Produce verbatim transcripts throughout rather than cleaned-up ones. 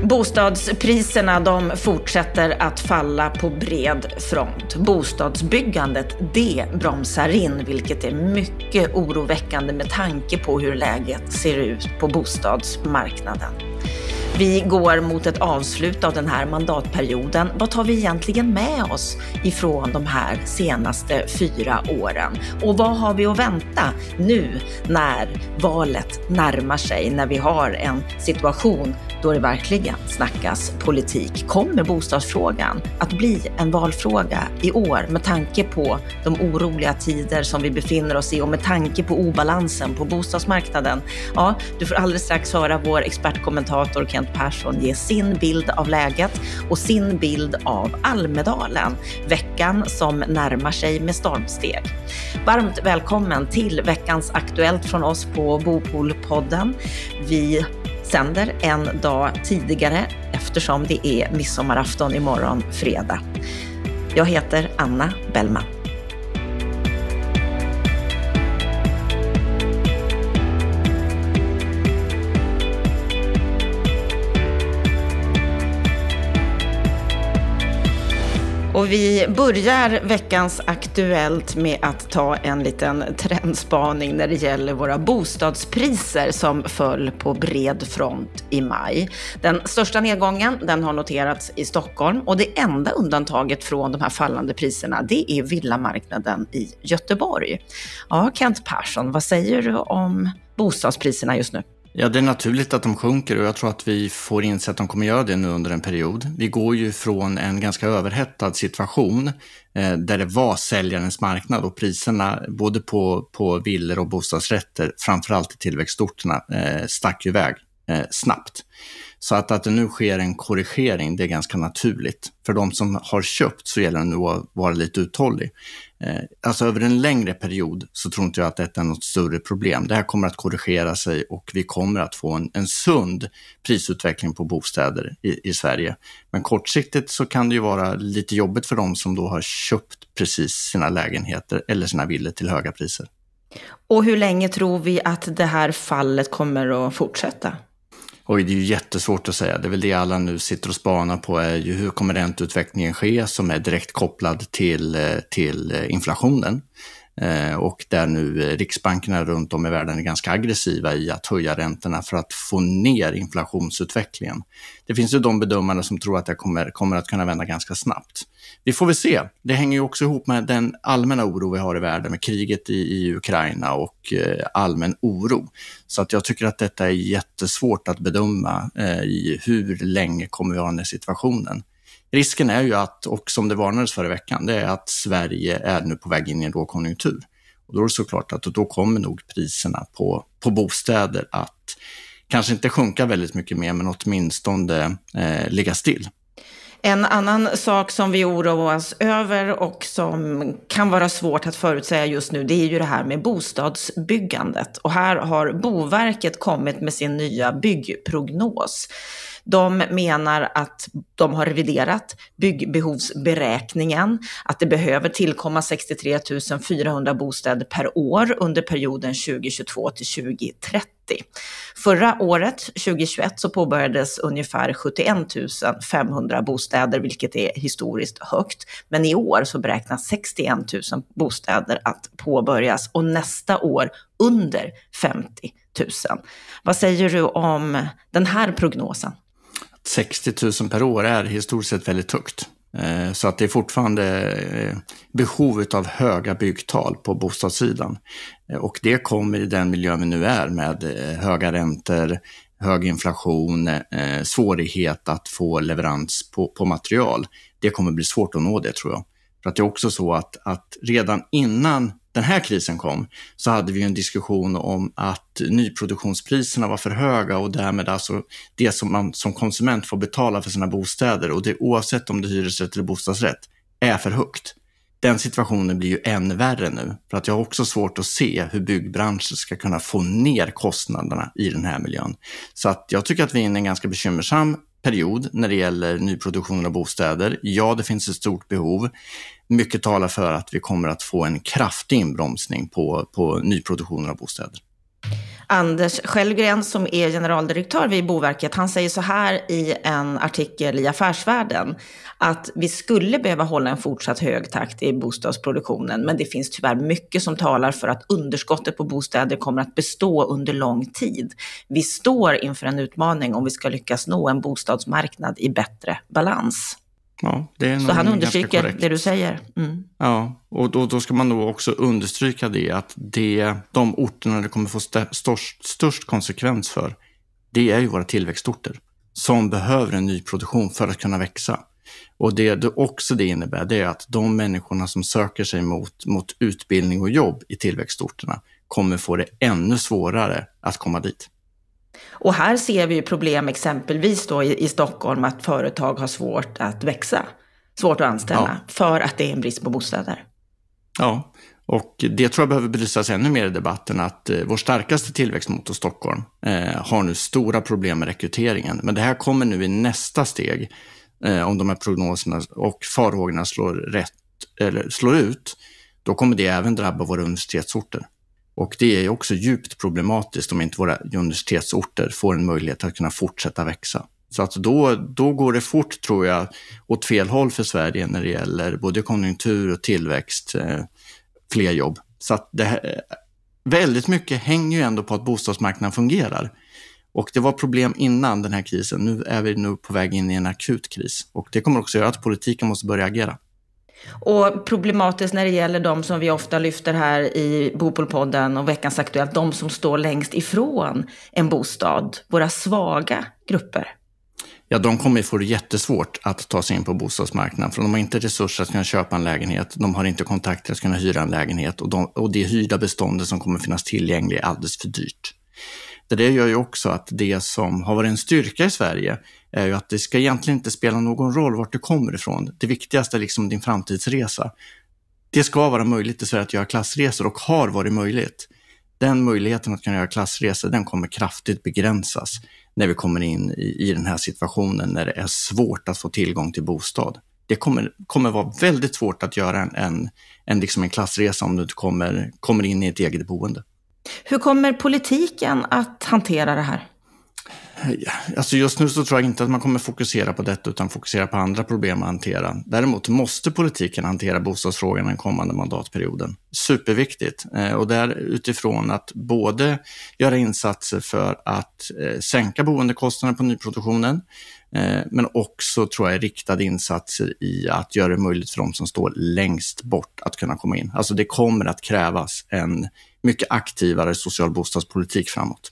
Bostadspriserna de fortsätter att falla på bred front. Bostadsbyggandet det bromsar in, vilket är mycket oroväckande med tanke på hur läget ser ut på bostadsmarknaden. Vi går mot ett avslut av den här mandatperioden. Vad tar vi egentligen med oss ifrån de här senaste fyra åren? Och vad har vi att vänta nu när valet närmar sig, när vi har en situation då det verkligen snackas politik? Kommer bostadsfrågan att bli en valfråga i år med tanke på de oroliga tider som vi befinner oss i och med tanke på obalansen på bostadsmarknaden? Ja, du får alldeles strax höra vår expertkommentator Kent Persson ge sin bild av läget och sin bild av Almedalen, veckan som närmar sig med stormsteg. Varmt välkommen till veckans Aktuellt från oss på Bopolpodden. Vi sänder en dag tidigare eftersom det är midsommarafton imorgon fredag. Jag heter Anna Bellman. Och vi börjar veckans Aktuellt med att ta en liten trendspaning när det gäller våra bostadspriser som föll på bred front i maj. Den största nedgången den har noterats i Stockholm och det enda undantaget från de här fallande priserna det är villamarknaden i Göteborg. Ja, Kent Persson, vad säger du om bostadspriserna just nu? Ja, det är naturligt att de sjunker och jag tror att vi får inse att de kommer göra det nu under en period. Vi går ju från en ganska överhettad situation eh, där det var säljarens marknad och priserna både på, på villor och bostadsrätter, framförallt i tillväxtorterna, eh, stack iväg eh, snabbt. Så att, att det nu sker en korrigering, det är ganska naturligt. För de som har köpt så gäller det nu att vara lite uthållig. Eh, alltså över en längre period så tror inte jag att detta är något större problem. Det här kommer att korrigera sig och vi kommer att få en, en sund prisutveckling på bostäder i, i Sverige. Men kortsiktigt så kan det ju vara lite jobbigt för de som då har köpt precis sina lägenheter eller sina villor till höga priser. Och hur länge tror vi att det här fallet kommer att fortsätta? Oj, det är ju jättesvårt att säga. Det är väl det alla nu sitter och spanar på är ju hur kommer ränteutvecklingen ske som är direkt kopplad till, till inflationen. Eh, och där nu riksbankerna runt om i världen är ganska aggressiva i att höja räntorna för att få ner inflationsutvecklingen. Det finns ju de bedömare som tror att det kommer, kommer att kunna vända ganska snabbt. Vi får väl se. Det hänger ju också ihop med den allmänna oro vi har i världen med kriget i, i Ukraina och eh, allmän oro. Så att jag tycker att detta är jättesvårt att bedöma eh, i hur länge kommer vi ha den här situationen. Risken är ju att, och som det varnades förra veckan, det är att Sverige är nu på väg in i en lågkonjunktur. Och då är det såklart att då kommer nog priserna på, på bostäder att kanske inte sjunka väldigt mycket mer, men åtminstone eh, ligga still. En annan sak som vi oroar oss över och som kan vara svårt att förutsäga just nu, det är ju det här med bostadsbyggandet. Och här har Boverket kommit med sin nya byggprognos. De menar att de har reviderat byggbehovsberäkningen, att det behöver tillkomma sextiotre tusen fyrahundra bostäder per år under perioden tjugohundratjugotvå till tjugotrettio. Förra året, tjugohundratjugoett, så påbörjades ungefär sjuttioett tusen femhundra bostäder, vilket är historiskt högt. Men i år så beräknas sextioett tusen bostäder att påbörjas och nästa år under femtio tusen. Vad säger du om den här prognosen? sextio tusen per år är historiskt sett väldigt högt. Så att det är fortfarande behov av höga byggtal på bostadssidan. Och det kommer i den miljö vi nu är med höga räntor, hög inflation, svårighet att få leverans på, på material. Det kommer bli svårt att nå det, tror jag. För att det är också så att, att redan innan den här krisen kom så hade vi en diskussion om att nyproduktionspriserna var för höga och därmed alltså det som man som konsument får betala för sina bostäder, och det oavsett om det är hyresrätt eller bostadsrätt, är för högt. Den situationen blir ju än värre nu, för att jag har också svårt att se hur byggbranschen ska kunna få ner kostnaderna i den här miljön. Så att jag tycker att vi är inne i en ganska bekymmersam period när det gäller nyproduktion av bostäder. Ja, det finns ett stort behov. Mycket talar för att vi kommer att få en kraftig inbromsning på, på nyproduktionen av bostäder. Anders Schellgren som är generaldirektör vid Boverket, han säger så här i en artikel i Affärsvärlden att vi skulle behöva hålla en fortsatt hög takt i bostadsproduktionen, men det finns tyvärr mycket som talar för att underskottet på bostäder kommer att bestå under lång tid. Vi står inför en utmaning om vi ska lyckas nå en bostadsmarknad i bättre balans. Ja, det är så han understryker det du säger. Mm. Ja, och då, då ska man då också understryka det att det, de orterna det kommer få st- störst, störst konsekvens för, det är ju våra tillväxtorter som behöver en ny produktion för att kunna växa. Och det, det också det innebär, det är att de människorna som söker sig mot, mot utbildning och jobb i tillväxtorterna kommer få det ännu svårare att komma dit. Och här ser vi ju problem exempelvis då i, i Stockholm att företag har svårt att växa, svårt att anställa, ja. För att det är en brist på bostäder. Ja, och det tror jag behöver belysas ännu mer i debatten att eh, vår starkaste tillväxtmotor Stockholm eh, har nu stora problem med rekryteringen. Men det här kommer nu i nästa steg eh, om de här prognoserna och farhågorna slår, rätt, eller slår ut, då kommer det även drabba våra universitetsorter. Och det är också djupt problematiskt om inte våra universitetsorter får en möjlighet att kunna fortsätta växa. Så att då, då går det fort, tror jag, åt fel håll för Sverige när det gäller både konjunktur och tillväxt, eh, fler jobb. Så att det här, väldigt mycket hänger ju ändå på att bostadsmarknaden fungerar. Och det var problem innan den här krisen. Nu är vi nu på väg in i en akut kris. Och det kommer också göra att politiken måste börja agera. Och problematiskt när det gäller de som vi ofta lyfter här i Bopolpodden och Veckans Aktuellt, de som står längst ifrån en bostad, våra svaga grupper. Ja, de kommer få det jättesvårt att ta sig in på bostadsmarknaden, för de har inte resurser att kunna köpa en lägenhet, de har inte kontakter att kunna hyra en lägenhet och, de, och det hyrda beståndet som kommer finnas tillgängligt är alldeles för dyrt. Det där gör ju också att det som har varit en styrka i Sverige är ju att det ska egentligen inte spela någon roll vart du kommer ifrån. Det viktigaste är liksom din framtidsresa. Det ska vara möjligt i Sverige att göra klassresor och har varit möjligt. Den möjligheten att kunna göra klassresor, den kommer kraftigt begränsas när vi kommer in i, i den här situationen när det är svårt att få tillgång till bostad. Det kommer, kommer vara väldigt svårt att göra en, en, en, liksom en klassresa om du inte kommer, kommer in i ett eget boende. Hur kommer politiken att hantera det här? Alltså just nu så tror jag inte att man kommer fokusera på detta utan fokusera på andra problem att hantera. Däremot måste politiken hantera bostadsfrågan den kommande mandatperioden. Superviktigt. Och där utifrån att både göra insatser för att sänka boendekostnaderna på nyproduktionen, men också tror jag riktade insatser i att göra det möjligt för de som står längst bort att kunna komma in. Alltså det kommer att krävas en mycket aktivare social bostadspolitik framåt.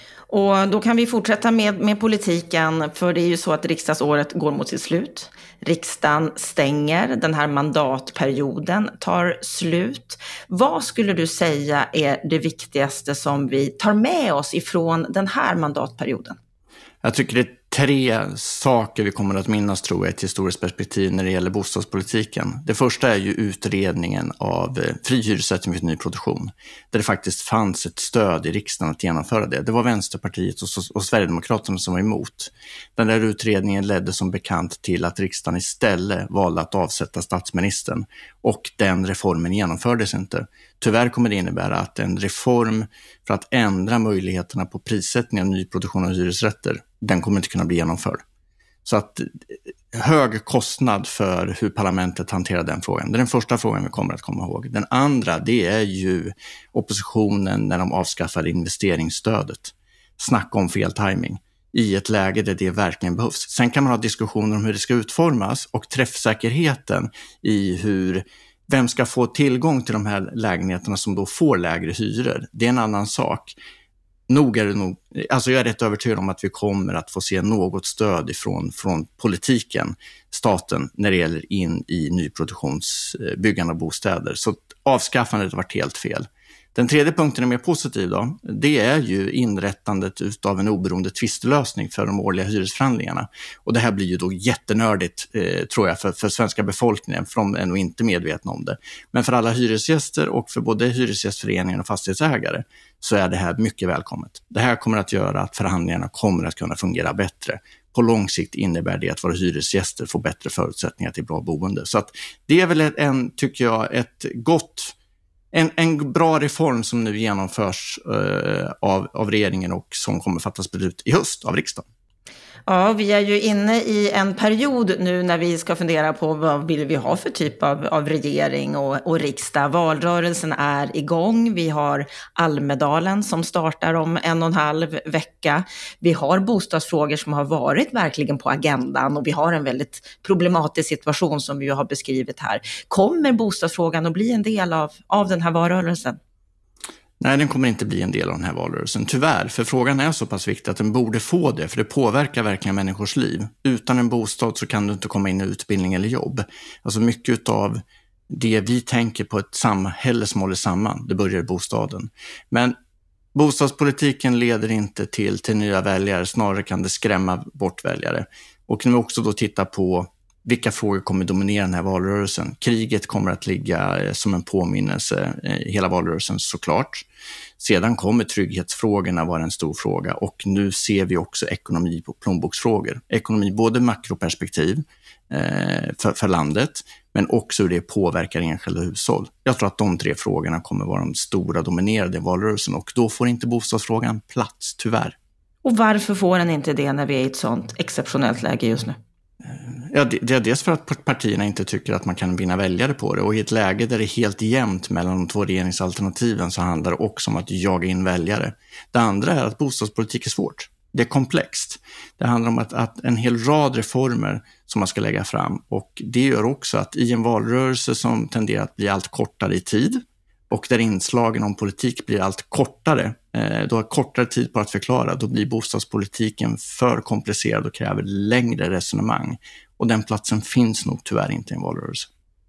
Och då kan vi fortsätta med, med politiken, för det är ju så att riksdagsåret går mot sitt slut. Riksdagen stänger, den här mandatperioden tar slut. Vad skulle du säga är det viktigaste som vi tar med oss ifrån den här mandatperioden? Jag tycker det är tre saker vi kommer att minnas, tror jag, i ett historiskt perspektiv när det gäller bostadspolitiken. Det första är ju utredningen av fri hyressättning vid nyproduktion, där det faktiskt fanns ett stöd i riksdagen att genomföra det. Det var Vänsterpartiet och, och Sverigedemokraterna som var emot. Den där utredningen ledde som bekant till att riksdagen istället valde att avsätta statsministern, och den reformen genomfördes inte. Tyvärr kommer det innebära att en reform för att ändra möjligheterna på prissättning av nyproduktion av hyresrätter, den kommer inte kunna bli genomförd. Så att hög kostnad för hur parlamentet hanterar den frågan. Det är den första frågan vi kommer att komma ihåg. Den andra, det är ju oppositionen när de avskaffar investeringsstödet. Snacka om fel timing i ett läge där det verkligen behövs. Sen kan man ha diskussioner om hur det ska utformas och träffsäkerheten i hur vem ska få tillgång till de här lägenheterna som då får lägre hyror. Det är en annan sak. Nog är det nog, alltså jag är rätt övertygad om att vi kommer att få se något stöd ifrån, från politiken, staten, när det gäller in i nyproduktionsbyggande av bostäder. Så avskaffandet har varit helt fel. Den tredje punkten är mer positiv då. Det är ju inrättandet av en oberoende tvistelösning för de årliga hyresförhandlingarna. Och det här blir ju då jättenördigt, eh, tror jag, för, för svenska befolkningen, för de är nog inte medvetna om det. Men för alla hyresgäster och för både hyresgästföreningen och fastighetsägare så är det här mycket välkommet. Det här kommer att göra att förhandlingarna kommer att kunna fungera bättre. På lång sikt innebär det att våra hyresgäster får bättre förutsättningar till bra boende. Så att det är väl en, tycker jag, ett gott en, en bra reform som nu genomförs eh, av, av regeringen och som kommer fattas beslut i höst av riksdagen. Ja, vi är ju inne i en period nu när vi ska fundera på vad vill vi ha för typ av, av regering och, och riksdag. Valrörelsen är igång. Vi har Almedalen som startar om en och en halv vecka. Vi har bostadsfrågor som har varit verkligen på agendan och vi har en väldigt problematisk situation som vi har beskrivit här. Kommer bostadsfrågan att bli en del av, av den här valrörelsen? Nej, den kommer inte bli en del av den här valrörelsen. Tyvärr, för frågan är så pass viktig att den borde få det. För det påverkar verkligen människors liv. Utan en bostad så kan du inte komma in i utbildning eller jobb. Alltså mycket av det vi tänker på ett samhälle som håller samman, det börjar i bostaden. Men bostadspolitiken leder inte till, till nya väljare. Snarare kan det skrämma bort väljare. Och när vi också då tittar på vilka frågor kommer dominera den här valrörelsen. Kriget kommer att ligga som en påminnelse i hela valrörelsen såklart. Sedan kommer trygghetsfrågorna vara en stor fråga och nu ser vi också ekonomi på plånboksfrågor. Ekonomi både makroperspektiv eh, för, för landet men också hur det påverkar enskilda hushåll. Jag tror att de tre frågorna kommer vara de stora dominerade i valrörelsen och då får inte bostadsfrågan plats, tyvärr. Och varför får den inte det när vi är i ett sånt exceptionellt läge just nu? Ja, det är dels för att partierna inte tycker att man kan vinna väljare på det och i ett läge där det är helt jämnt mellan de två regeringsalternativen så handlar det också om att jaga in väljare. Det andra är att bostadspolitik är svårt. Det är komplext. Det handlar om att, att en hel rad reformer som man ska lägga fram och det gör också att i en valrörelse som tenderar att bli allt kortare i tid och där inslagen om politik blir allt kortare, eh, då har kortare tid på att förklara, då blir bostadspolitiken för komplicerad och kräver längre resonemang. Och den platsen finns nog tyvärr inte i en valrörelse.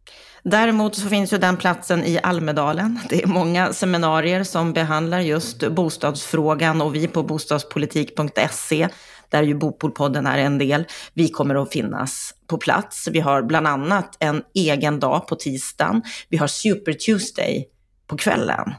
Däremot så finns ju den platsen i Almedalen. Det är många seminarier som behandlar just bostadsfrågan och vi på bostadspolitik punkt se, där ju Bopolpodden är en del, vi kommer att finnas på plats. Vi har bland annat en egen dag på tisdagen. Vi har Super Tuesday på kvällen.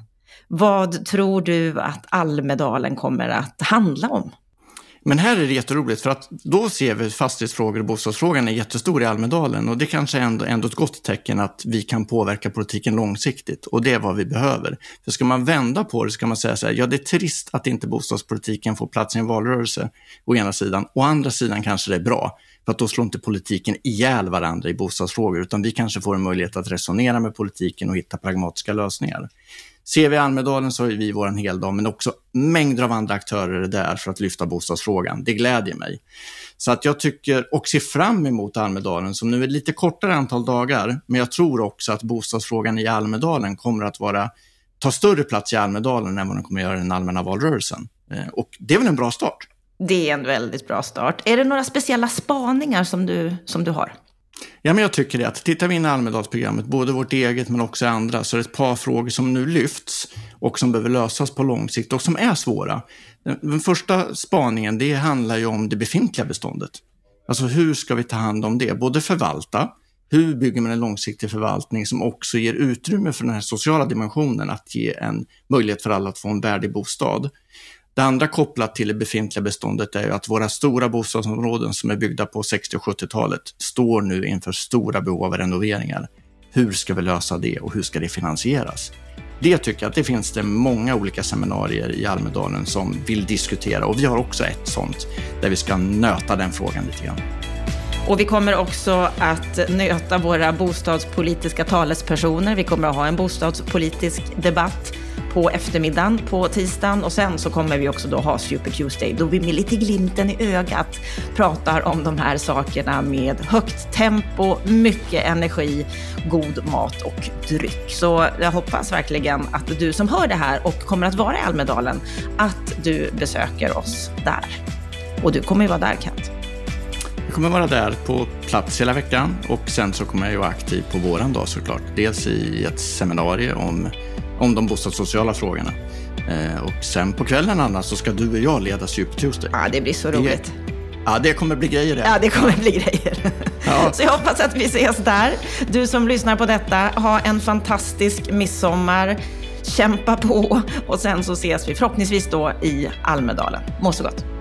Vad tror du att Almedalen kommer att handla om? Men här är det jätteroligt för att då ser vi fastighetsfrågor och bostadsfrågan är jättestor i Almedalen och det kanske är ändå, ändå ett gott tecken att vi kan påverka politiken långsiktigt och det är vad vi behöver. För ska man vända på det så kan man säga så här, ja det är trist att inte bostadspolitiken får plats i en valrörelse å ena sidan, å andra sidan kanske det är bra för att då slår inte politiken ihjäl varandra i bostadsfrågor utan vi kanske får en möjlighet att resonera med politiken och hitta pragmatiska lösningar. Ser vi Almedalen så är vi våran heldag men också mängder av andra aktörer är där för att lyfta bostadsfrågan. Det glädjer mig. Så att jag tycker och ser fram emot Almedalen som nu är lite kortare antal dagar men jag tror också att bostadsfrågan i Almedalen kommer att vara, ta större plats i Almedalen än vad den kommer göra i den allmänna valrörelsen. Och det är väl en bra start? Det är en väldigt bra start. Är det några speciella spaningar som du, som du har? Ja, men jag tycker det. Att tittar vi in i Almedalsprogrammet, både vårt eget men också andra, så är det ett par frågor som nu lyfts och som behöver lösas på lång sikt och som är svåra. Den, den första spaningen, det handlar ju om det befintliga beståndet. Alltså hur ska vi ta hand om det? Både förvalta, hur bygger man en långsiktig förvaltning som också ger utrymme för den här sociala dimensionen att ge en möjlighet för alla att få en värdig bostad. Det andra kopplat till det befintliga beståndet är ju att våra stora bostadsområden som är byggda på sextio- och sjuttiotalet står nu inför stora behov av renoveringar. Hur ska vi lösa det och hur ska det finansieras? Det tycker jag att det finns det många olika seminarier i Almedalen som vill diskutera och vi har också ett sånt där vi ska nöta den frågan lite grann. Och vi kommer också att nöta våra bostadspolitiska talespersoner. Vi kommer att ha en bostadspolitisk debatt på eftermiddagen på tisdagen och sen så kommer vi också då ha Super Tuesday då vi med lite glimten i ögat pratar om de här sakerna med högt tempo, mycket energi, god mat och dryck. Så jag hoppas verkligen att du som hör det här och kommer att vara i Almedalen, att du besöker oss där. Och du kommer ju vara där, Kent. Jag kommer vara där på plats hela veckan och sen så kommer jag ju vara aktiv på våran dag såklart. Dels i ett seminarium om, om de bostadssociala frågorna. Eh, och sen på kvällen annars så ska du och jag leda Super Tuesday. Ja, det blir så roligt. Det, ja, det kommer bli grejer där. Ja, det kommer bli grejer. Ja. Så jag hoppas att vi ses där. Du som lyssnar på detta, ha en fantastisk midsommar. Kämpa på och sen så ses vi förhoppningsvis då i Almedalen. Må så gott.